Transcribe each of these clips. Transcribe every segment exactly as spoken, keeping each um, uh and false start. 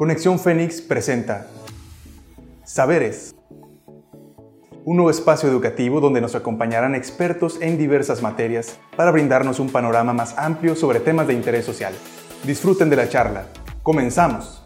Conexión Fénix presenta Saberes, un nuevo espacio educativo donde nos acompañarán expertos en diversas materias para brindarnos un panorama más amplio sobre temas de interés social. Disfruten de la charla. ¡Comenzamos!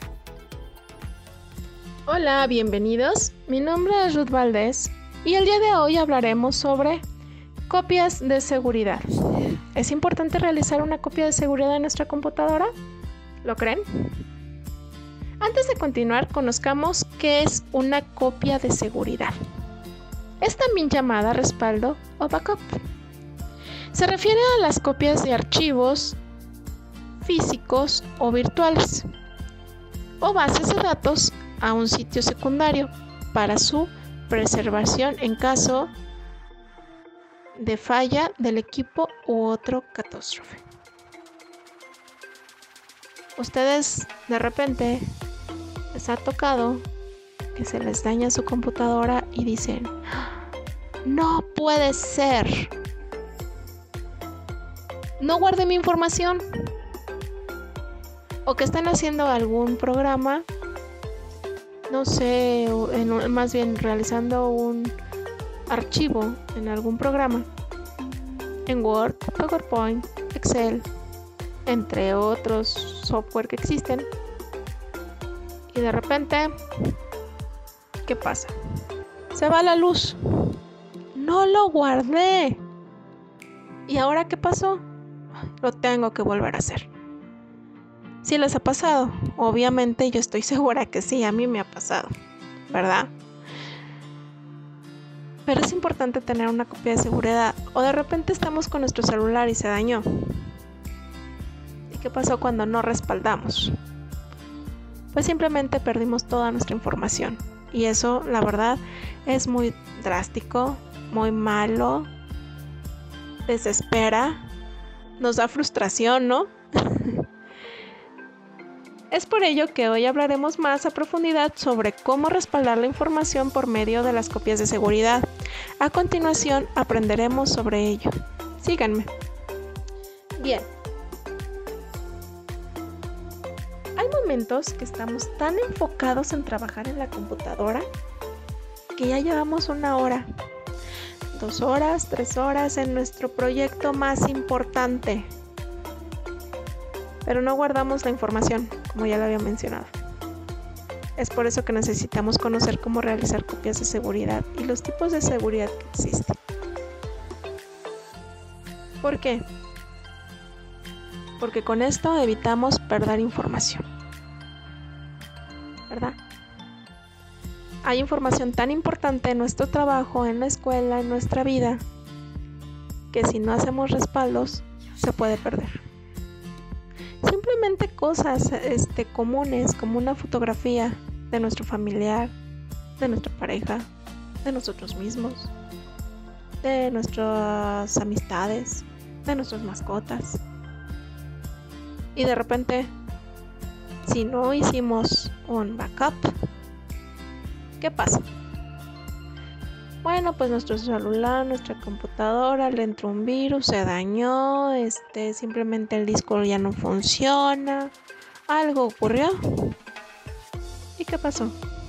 Hola, bienvenidos. Mi nombre es Ruth Valdés y el día de hoy hablaremos sobre copias de seguridad. ¿Es importante realizar una copia de seguridad en nuestra computadora? ¿Lo creen? Antes de continuar, conozcamos qué es una copia de seguridad. Es también llamada respaldo o backup. Se refiere a las copias de archivos físicos o virtuales o bases de datos a un sitio secundario para su preservación en caso de falla del equipo u otra catástrofe. Ustedes de repente les ha tocado que se les daña su computadora y dicen, no puede ser, no guarde mi información, o que están haciendo algún programa, no sé, en, más bien realizando un archivo en algún programa, en Word, PowerPoint, Excel, entre otros software que existen, y de repente, ¿qué pasa? Se va la luz. No lo guardé. ¿Y ahora qué pasó? Lo tengo que volver a hacer. ¿Sí les ha pasado? Obviamente yo estoy segura que sí, a mí me ha pasado, ¿verdad? Pero es importante tener una copia de seguridad. O de repente estamos con nuestro celular y se dañó. ¿Y qué pasó cuando no respaldamos? Pues simplemente perdimos toda nuestra información. Y eso, la verdad, es muy drástico, muy malo, desespera, nos da frustración, ¿no? Es por ello que hoy hablaremos más a profundidad sobre cómo respaldar la información por medio de las copias de seguridad. A continuación aprenderemos sobre ello. Síganme. Bien. Hay momentos que estamos tan enfocados en trabajar en la computadora que ya llevamos una hora, dos horas, tres horas en nuestro proyecto más importante. Pero no guardamos la información, como ya lo había mencionado. Es por eso que necesitamos conocer cómo realizar copias de seguridad y los tipos de seguridad que existen. ¿Por qué? Porque con esto evitamos perder información, ¿verdad? Hay información tan importante en nuestro trabajo, en la escuela, en nuestra vida, que si no hacemos respaldos, se puede perder. Simplemente cosas este, comunes como una fotografía de nuestro familiar, de nuestra pareja, de nosotros mismos, de nuestras amistades, de nuestras mascotas. Y de repente, si no hicimos un backup, ¿qué pasa? Bueno, pues nuestro celular, nuestra computadora, le entró un virus, se dañó, este, simplemente el disco ya no funciona, algo ocurrió. ¿Y qué pasó?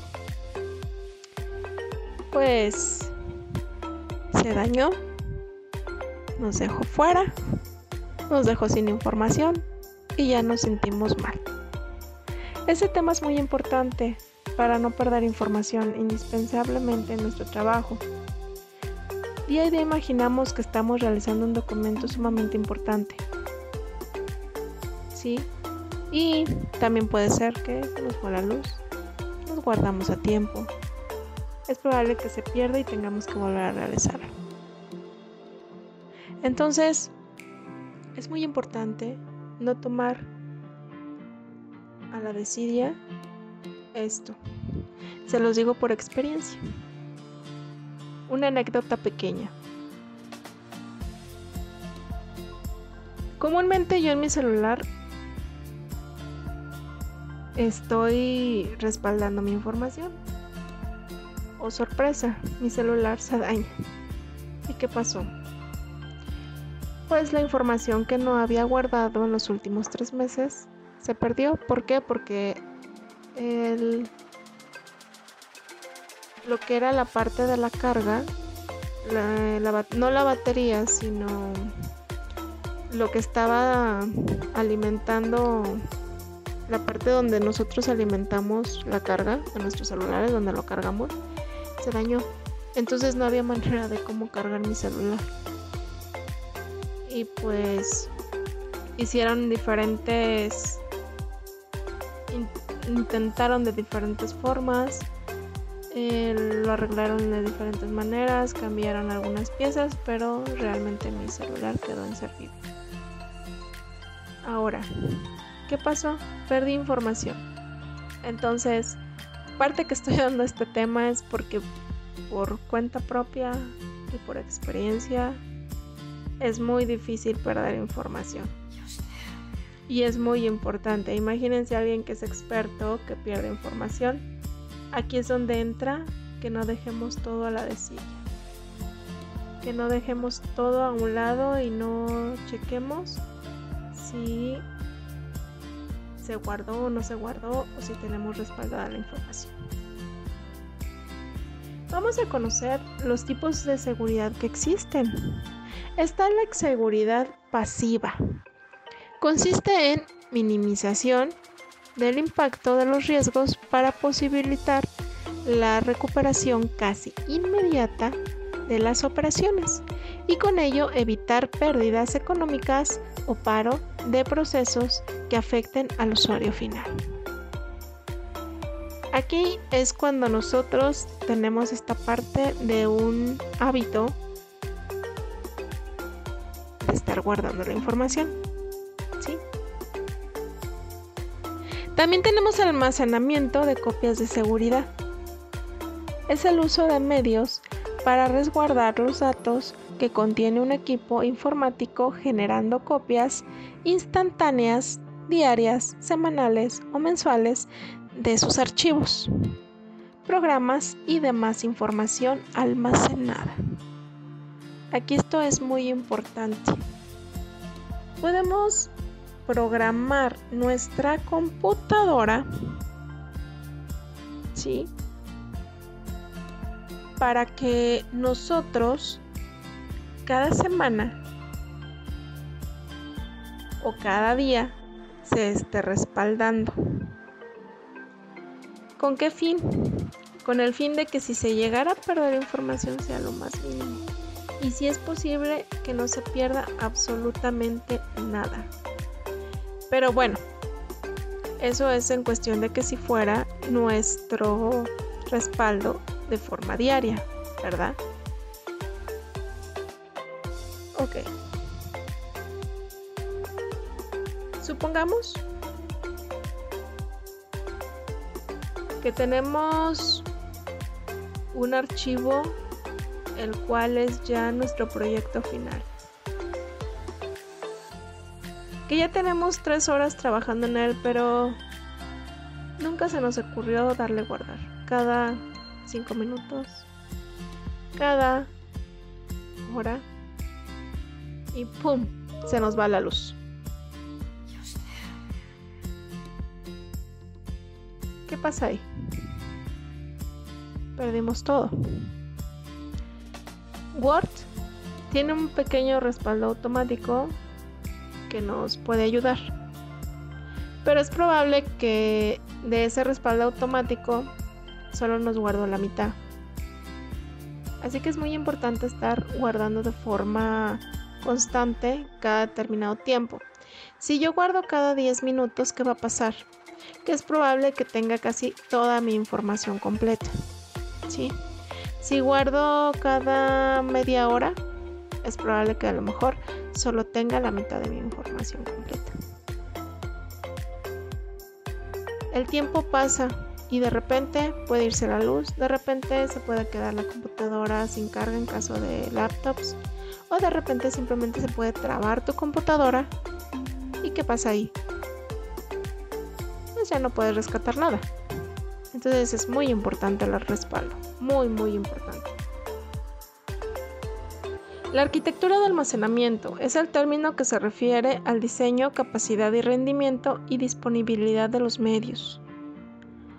Pues se dañó, nos dejó fuera, nos dejó sin información y ya nos sentimos mal. Ese tema es muy importante para no perder información indispensablemente en nuestro trabajo. Día a día imaginamos que estamos realizando un documento sumamente importante. ¿Sí? Y también puede ser que se nos fue la luz, nos guardamos a tiempo. Es probable que se pierda y tengamos que volver a realizarlo. Entonces, es muy importante no tomar a la desidia esto. Se los digo por experiencia. Una anécdota pequeña. Comúnmente yo en mi celular estoy respaldando mi información. Oh, sorpresa, mi celular se daña. ¿Y qué pasó? Pues la información que no había guardado en los últimos tres meses se perdió. ¿Por qué? Porque el, lo que era la parte de la carga, la, la, no la batería, sino lo que estaba alimentando la parte donde nosotros alimentamos la carga de nuestros celulares, donde lo cargamos, se dañó. Entonces no había manera de cómo cargar mi celular. Y pues hicieron diferentes, in, intentaron de diferentes formas, eh, lo arreglaron de diferentes maneras, cambiaron algunas piezas, pero realmente mi celular quedó inservible. Ahora, ¿qué pasó? Perdí información. Entonces, parte que estoy dando este tema es porque por cuenta propia y por experiencia es muy difícil perder información. Y es muy importante. Imagínense a alguien que es experto que pierde información. Aquí es donde entra que no dejemos todo a la desidia. Que no dejemos todo a un lado y no chequemos si se guardó o no se guardó o si tenemos respaldada la información. Vamos a conocer los tipos de seguridad que existen. Está la seguridad pasiva. Consiste en minimización del impacto de los riesgos para posibilitar la recuperación casi inmediata de las operaciones y con ello evitar pérdidas económicas o paro de procesos que afecten al usuario final. Aquí es cuando nosotros tenemos esta parte de un hábito de estar guardando la información, ¿sí? También tenemos el almacenamiento de copias de seguridad. Es el uso de medios para resguardar los datos que contiene un equipo informático generando copias instantáneas, diarias, semanales o mensuales de sus archivos, programas y demás información almacenada. Aquí esto es muy importante. Podemos programar nuestra computadora, ¿sí?, para que nosotros cada semana o cada día se esté respaldando. ¿Con qué fin? Con el fin de que si se llegara a perder información sea lo más mínimo. Y si es posible que no se pierda absolutamente nada. Pero bueno, eso es en cuestión de que si fuera nuestro respaldo de forma diaria, ¿verdad? Ok. Supongamos que tenemos un archivo el cual es ya nuestro proyecto final. Que ya tenemos tres horas trabajando en él, pero nunca se nos ocurrió darle guardar. Cada cinco minutos, cada hora, y ¡pum!, se nos va la luz. ¿Qué pasa ahí? Perdimos todo. Word tiene un pequeño respaldo automático que nos puede ayudar, pero es probable que de ese respaldo automático solo nos guardó la mitad. Así que es muy importante estar guardando de forma constante cada determinado tiempo. Si yo guardo cada diez minutos, ¿qué va a pasar? Que es probable que tenga casi toda mi información completa, ¿sí? Si guardo cada media hora, es probable que a lo mejor solo tenga la mitad de mi información completa. El tiempo pasa y de repente puede irse la luz, de repente se puede quedar la computadora sin carga en caso de laptops, o de repente simplemente se puede trabar tu computadora. ¿Y qué pasa ahí? Pues ya no puedes rescatar nada. Entonces es muy importante el respaldo, muy muy importante. La arquitectura de almacenamiento es el término que se refiere al diseño, capacidad y rendimiento y disponibilidad de los medios.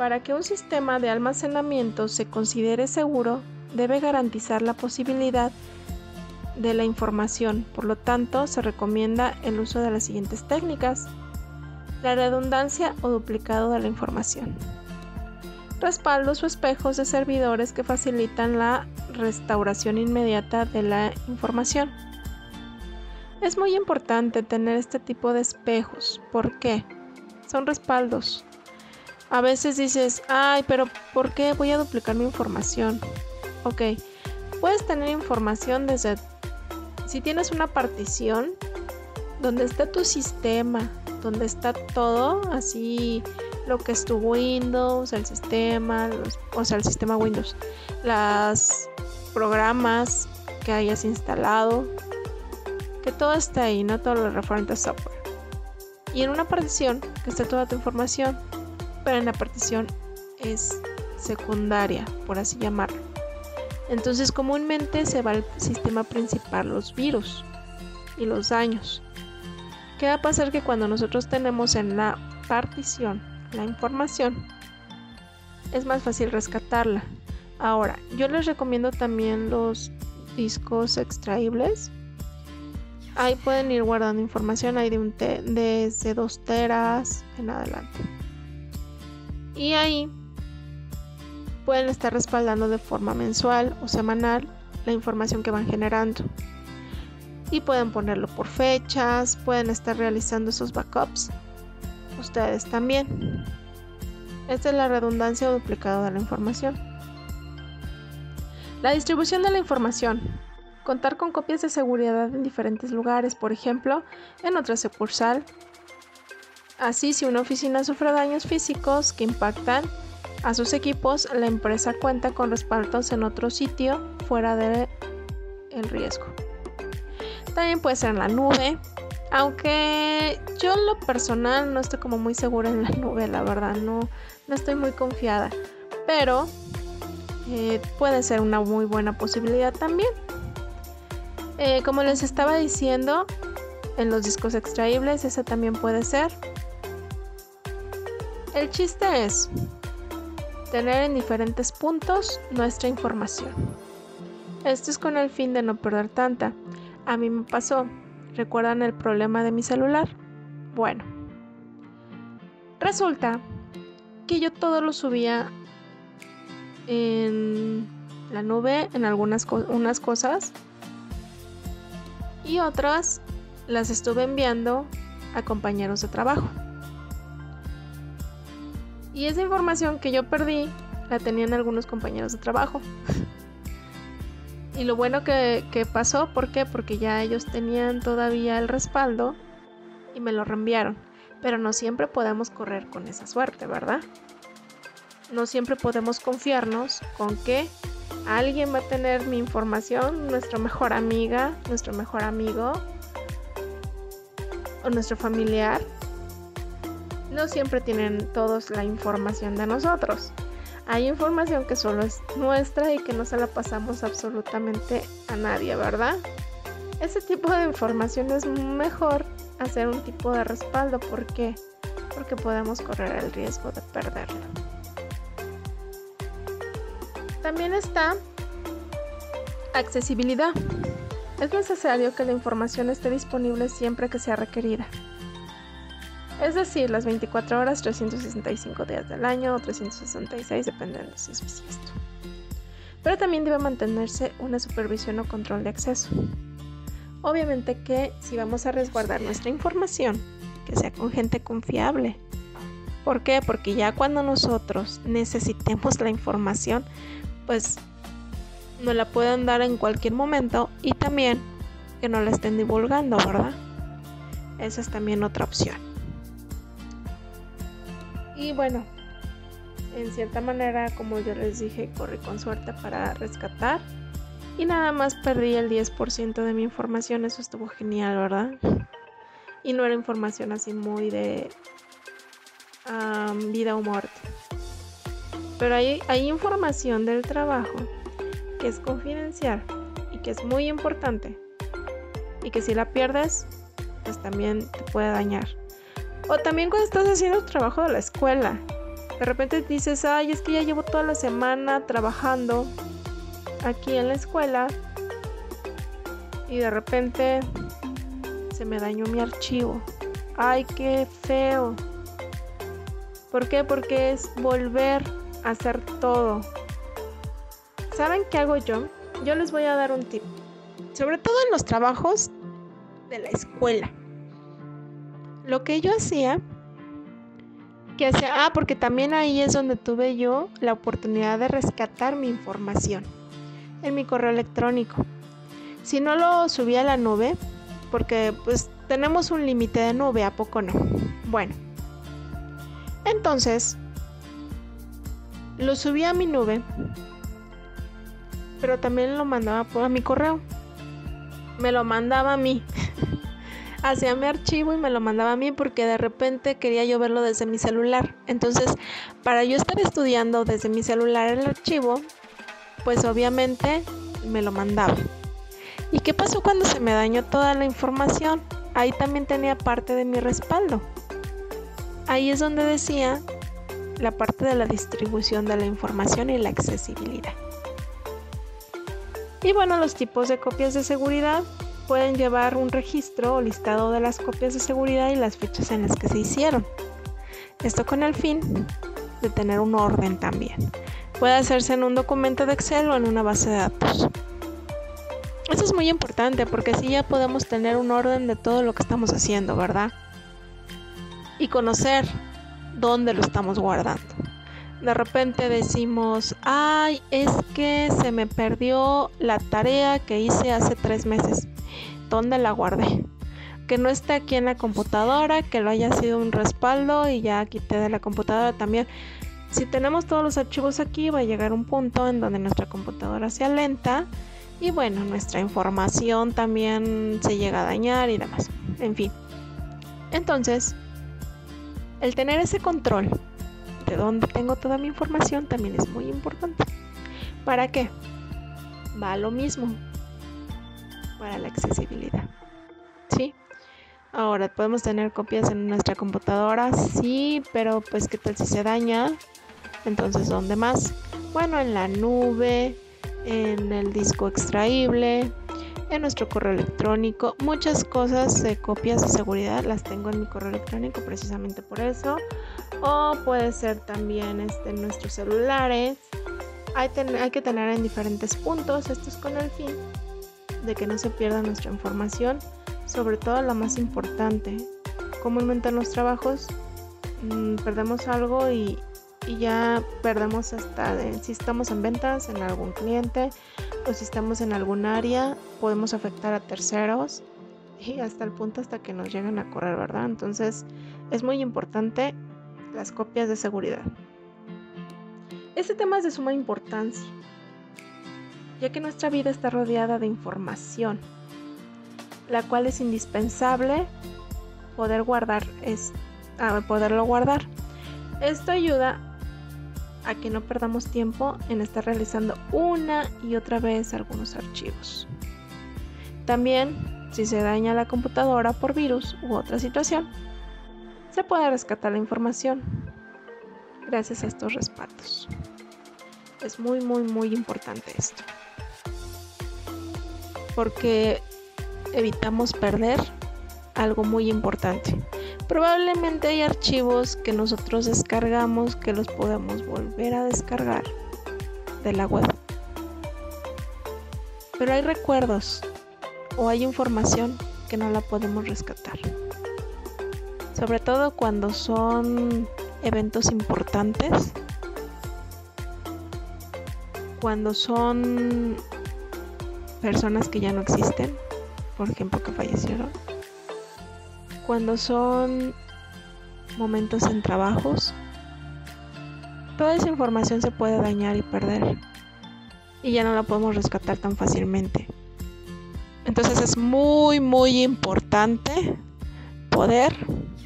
Para que un sistema de almacenamiento se considere seguro, debe garantizar la posibilidad de la información. Por lo tanto, se recomienda el uso de las siguientes técnicas: la redundancia o duplicado de la información, respaldos o espejos de servidores que facilitan la restauración inmediata de la información. Es muy importante tener este tipo de espejos. ¿Por qué? Son respaldos. A veces dices, ay, pero ¿por qué voy a duplicar mi información? Ok, puedes tener información desde, si tienes una partición donde está tu sistema, donde está todo, así lo que es tu Windows, el sistema, los, o sea, el sistema Windows, los programas que hayas instalado, que todo está ahí, no todo lo referente a software. Y en una partición que esté toda tu información, pero en la partición es secundaria, por así llamarlo. Entonces comúnmente se va al sistema principal, los virus y los daños. ¿Qué va a pasar? Que cuando nosotros tenemos en la partición la información, es más fácil rescatarla. Ahora, yo les recomiendo también los discos extraíbles. Ahí pueden ir guardando información, hay de un te- desde dos teras en adelante. Y ahí pueden estar respaldando de forma mensual o semanal la información que van generando. Y pueden ponerlo por fechas, pueden estar realizando esos backups ustedes también. Esta es la redundancia o duplicado de la información. La distribución de la información. Contar con copias de seguridad en diferentes lugares, por ejemplo, en otra sucursal. Así, si una oficina sufre daños físicos que impactan a sus equipos, la empresa cuenta con respaldos en otro sitio fuera del riesgo. También puede ser en la nube, aunque yo en lo personal no estoy como muy segura en la nube, la verdad, no, no estoy muy confiada, pero eh, puede ser una muy buena posibilidad también. Eh, como les estaba diciendo, en los discos extraíbles, esa también puede ser. El chiste es tener en diferentes puntos nuestra información. Esto es con el fin de no perder tanta. A mí me pasó. ¿Recuerdan el problema de mi celular? Bueno, resulta que yo todo lo subía en la nube, en algunas co- unas cosas, y otras las estuve enviando a compañeros de trabajo. Y esa información que yo perdí la tenían algunos compañeros de trabajo. Y lo bueno que, que pasó, ¿por qué? Porque ya ellos tenían todavía el respaldo y me lo reenviaron. Pero no siempre podemos correr con esa suerte, ¿verdad? No siempre podemos confiarnos con que alguien va a tener mi información, nuestra mejor amiga, nuestro mejor amigo o nuestro familiar. No siempre tienen todos la información de nosotros. Hay información que solo es nuestra y que no se la pasamos absolutamente a nadie, ¿verdad? Ese tipo de información es mejor hacer un tipo de respaldo. ¿Por qué? Porque podemos correr el riesgo de perderlo. También está accesibilidad. Es necesario que la información esté disponible siempre que sea requerida. Es decir, las veinticuatro horas, trescientos sesenta y cinco días del año o trescientos sesenta y seis, dependiendo si es bisiesto. Pero también debe mantenerse una supervisión o control de acceso. Obviamente que si vamos a resguardar nuestra información, que sea con gente confiable. ¿Por qué? Porque ya cuando nosotros necesitemos la información, pues nos la pueden dar en cualquier momento, y también que no la estén divulgando, ¿verdad? Esa es también otra opción. Y bueno, en cierta manera, como yo les dije, corrí con suerte para rescatar y nada más perdí el diez por ciento de mi información. Eso estuvo genial, ¿verdad? Y no era información así muy de um, vida o muerte. Pero hay, hay información del trabajo que es confidencial y que es muy importante, y que si la pierdes, pues también te puede dañar. O también cuando estás haciendo trabajo de la escuela, De repente dices, ay, es que ya llevo toda la semana trabajando aquí en la escuela y de repente se me dañó mi archivo. Ay, qué feo. ¿Por qué? Porque es volver a hacer todo. ¿Saben qué hago yo? Yo les voy a dar un tip. Sobre todo en los trabajos de la escuela. Lo que yo hacía, que hacía, ah, porque también ahí es donde tuve yo la oportunidad de rescatar mi información en mi correo electrónico. Si no lo subía a la nube, porque pues tenemos un límite de nube, ¿a poco no? Bueno, entonces lo subía a mi nube, pero también lo mandaba por a mi correo. Me lo mandaba a mí. Hacía mi archivo y me lo mandaba a mí porque de repente quería yo verlo desde mi celular. Entonces, para yo estar estudiando desde mi celular el archivo, pues obviamente me lo mandaba. ¿Y qué pasó cuando se me dañó toda la información? Ahí también tenía parte de mi respaldo. Ahí es donde decía la parte de la distribución de la información y la accesibilidad. Y bueno, los tipos de copias de seguridad pueden llevar un registro o listado de las copias de seguridad y las fechas en las que se hicieron. Esto con el fin de tener un orden también. Puede hacerse en un documento de Excel o en una base de datos. Eso es muy importante porque así ya podemos tener un orden de todo lo que estamos haciendo, ¿verdad? Y conocer dónde lo estamos guardando. De repente decimos, ay, es que se me perdió la tarea que hice hace tres meses. ¿Dónde la guardé? Que no esté aquí en la computadora, que lo haya sido un respaldo y ya quité de la computadora también. Si tenemos todos los archivos aquí, va a llegar un punto en donde nuestra computadora sea lenta y bueno, nuestra información también se llega a dañar y demás. En fin. Entonces, el tener ese control de dónde tengo toda mi información también es muy importante. ¿Para qué? Va a lo mismo. Para la accesibilidad. ¿Sí? Ahora, ¿podemos tener copias en nuestra computadora? Sí, pero pues ¿qué tal si se daña? Entonces, ¿dónde más? Bueno, en la nube, en el disco extraíble, en nuestro correo electrónico. Muchas cosas de copias de seguridad las tengo en mi correo electrónico precisamente por eso. O puede ser también este, en nuestros celulares. Hay, ten- hay que tener en diferentes puntos. Esto es con el fin de que no se pierda nuestra información, sobre todo la más importante. Comúnmente en los trabajos mmm, perdemos algo y, y ya perdemos hasta de, si estamos en ventas en algún cliente o si estamos en algún área, podemos afectar a terceros y hasta el punto hasta que nos llegan a correr, ¿verdad? Entonces es muy importante las copias de seguridad. Este tema es de suma importancia, ya que nuestra vida está rodeada de información, la cual es indispensable poder guardar, es, a poderlo guardar. Esto ayuda a que no perdamos tiempo en estar realizando una y otra vez algunos archivos. También, si se daña la computadora por virus u otra situación, se puede rescatar la información gracias a estos respaldos. Es muy, muy, muy importante esto, porque evitamos perder algo muy importante. Probablemente hay archivos que nosotros descargamos que los podemos volver a descargar de la web, pero hay recuerdos o hay información que no la podemos rescatar, sobre todo cuando son eventos importantes, cuando son personas que ya no existen, por ejemplo, que fallecieron, cuando son momentos en trabajos. Toda esa información se puede dañar y perder y ya no la podemos rescatar tan fácilmente. Entonces es muy, muy importante poder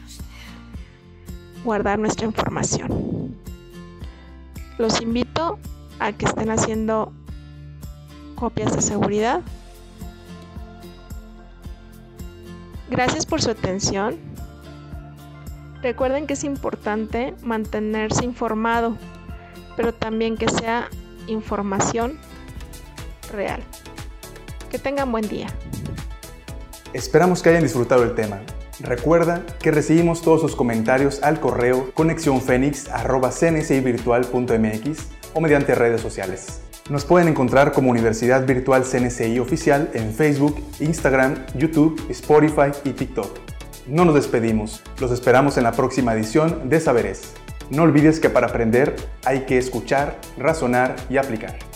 guardar nuestra información. Los invito a que estén haciendo copias de seguridad. Gracias por su atención. Recuerden que es importante mantenerse informado, pero también que sea información real. Que tengan buen día. Esperamos que hayan disfrutado el tema. Recuerda que recibimos todos sus comentarios al correo conexiónfenix arroba c n s i virtual punto m x o mediante redes sociales. Nos pueden encontrar como Universidad Virtual C N C I Oficial en Facebook, Instagram, YouTube, Spotify y TikTok. No nos despedimos, los esperamos en la próxima edición de Saberes. No olvides que para aprender hay que escuchar, razonar y aplicar.